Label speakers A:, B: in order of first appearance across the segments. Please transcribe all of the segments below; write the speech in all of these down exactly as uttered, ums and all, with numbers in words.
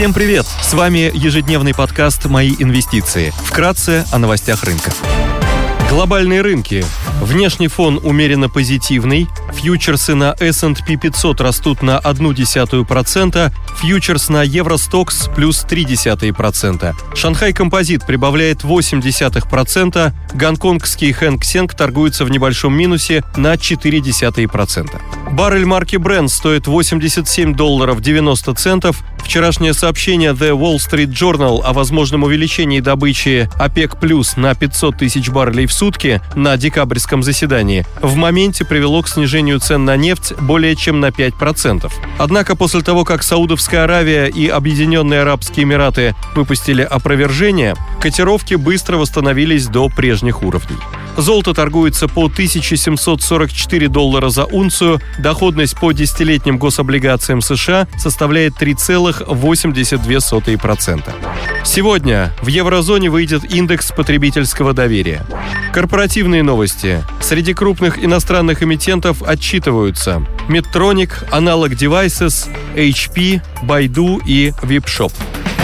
A: Всем привет! С вами ежедневный подкаст «Мои инвестиции». Вкратце о новостях рынка. Глобальные рынки. Внешний фон умеренно позитивный. Фьючерсы на эс энд пи пятьсот растут на ноль целых одна десятая процента. Фьючерс на Евростокс плюс три десятых процента. Шанхай Композит прибавляет восемь десятых процента. Гонконгский Хэнк Сенг торгуется в небольшом минусе на четыре десятых процента. Баррель марки Brent стоит восемьдесят семь долларов девяносто центов. Вчерашнее сообщение The Wall Street Journal о возможном увеличении добычи ОПЕК+ на пятьсот тысяч баррелей в сутки на декабрьском заседании в моменте привело к снижению цен на нефть более чем на пять процентов. Однако после того, как Саудовская Аравия и Объединенные Арабские Эмираты выпустили опровержение, котировки быстро восстановились до прежних уровней. Золото торгуется по тысяча семьсот сорок четыре доллара за унцию, доходность по десятилетним гособлигациям США составляет три целых восемьдесят две сотых процента. Сегодня в еврозоне выйдет индекс потребительского доверия. Корпоративные новости. Среди крупных иностранных эмитентов отчитываются Medtronic, Analog Devices, эйч пи, Baidu и Webshop.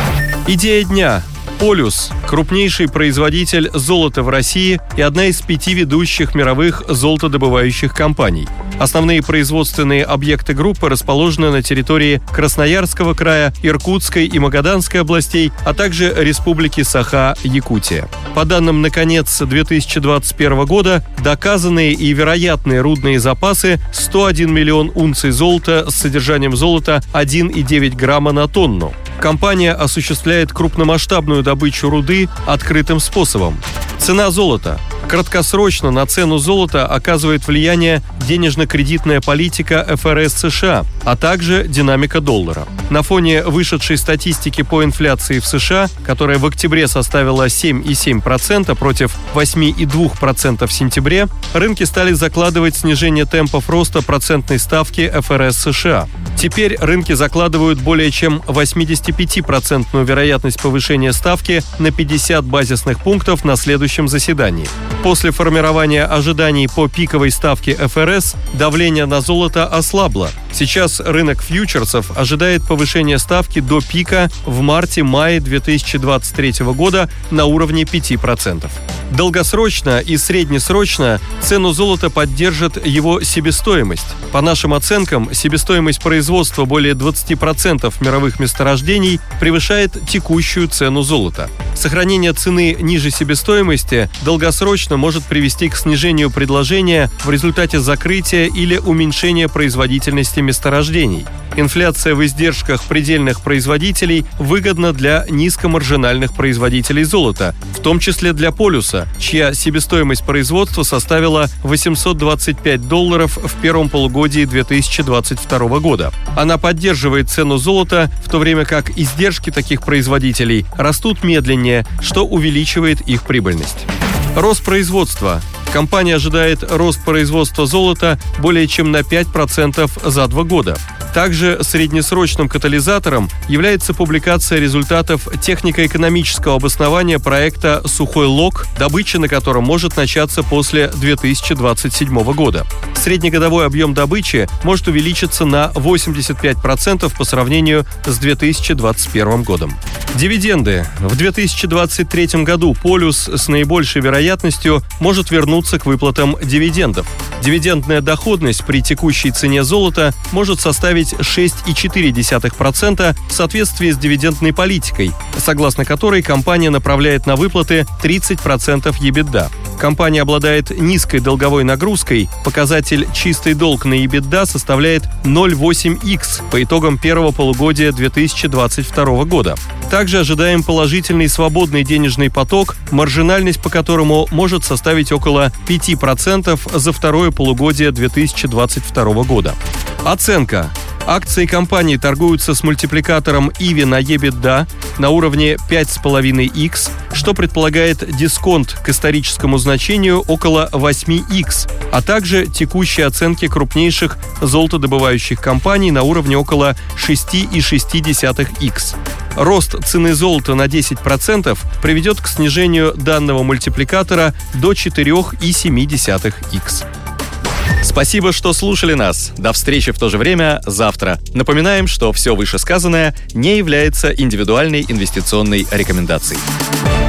A: Идея дня. Полюс – крупнейший производитель золота в России и одна из пяти ведущих мировых золотодобывающих компаний. Основные производственные объекты группы расположены на территории Красноярского края, Иркутской и Магаданской областей, а также Республики Саха-Якутия. По данным на конец две тысячи двадцать первого года, доказанные и вероятные рудные запасы – сто один миллион унций золота с содержанием золота один целых девять десятых грамма на тонну. Компания осуществляет крупномасштабную добычу руды открытым способом. Цена золота. Краткосрочно на цену золота оказывает влияние денежно-кредитная политика эф эр эс США, а также динамика доллара. На фоне вышедшей статистики по инфляции в США, которая в октябре составила семь целых семь десятых процента против восемь целых два десятых процента в сентябре, рынки стали закладывать снижение темпов роста процентной ставки эф эр эс США. Теперь рынки закладывают более чем восьмидесятипятипроцентную вероятность повышения ставки на пятьдесят базисных пунктов на следующем заседании. После формирования ожиданий по пиковой ставке эф эр эс давление на золото ослабло. Сейчас рынок фьючерсов ожидает повышения ставки до пика в марте-мае две тысячи двадцать третьего года на уровне пяти процентов. Долгосрочно и среднесрочно цену золота поддержит его себестоимость. По нашим оценкам, себестоимость производства более двадцати процентов мировых месторождений превышает текущую цену золота. Сохранение цены ниже себестоимости долгосрочно может привести к снижению предложения в результате закрытия или уменьшения производительности месторождений. Инфляция в издержках предельных производителей выгодна для низкомаржинальных производителей золота, в том числе для полюса, чья себестоимость производства составила восемьсот двадцать пять долларов в первом полугодии две тысячи двадцать второго года. Она поддерживает цену золота, в то время как издержки таких производителей растут медленнее, что увеличивает их прибыльность. Рост производства. Компания ожидает рост производства золота более чем на пять процентов за два года. Также среднесрочным катализатором является публикация результатов технико-экономического обоснования проекта «Сухой Лог», добыча на котором может начаться после две тысячи двадцать седьмого года. Среднегодовой объем добычи может увеличиться на восемьдесят пять процентов по сравнению с две тысячи двадцать первым годом. Дивиденды. В две тысячи двадцать третьем году Полюс с наибольшей вероятностью может вернуться к выплатам дивидендов. Дивидендная доходность при текущей цене золота может составить шесть целых четыре десятых процента в соответствии с дивидендной политикой, согласно которой компания направляет на выплаты тридцать процентов EBITDA. Компания обладает низкой долговой нагрузкой, показатель чистый долг на EBITDA составляет ноль целых восемь десятых икс по итогам первого полугодия две тысячи двадцать второго года. Также ожидаем положительный свободный денежный поток, маржинальность по которому может составить около пяти процентов за второе полугодие две тысячи двадцать второго года. Оценка. Акции компании торгуются с мультипликатором и ви на EBITDA на уровне пять целых пять десятых икс, что предполагает дисконт к историческому значению около восемь икс, а также текущие оценки крупнейших золотодобывающих компаний на уровне около шесть целых шесть десятых икс. Рост цены золота на десять процентов приведет к снижению данного мультипликатора до четыре целых семь десятых икс. Спасибо, что слушали нас. До встречи в то же время завтра. Напоминаем, что все вышесказанное не является индивидуальной инвестиционной рекомендацией.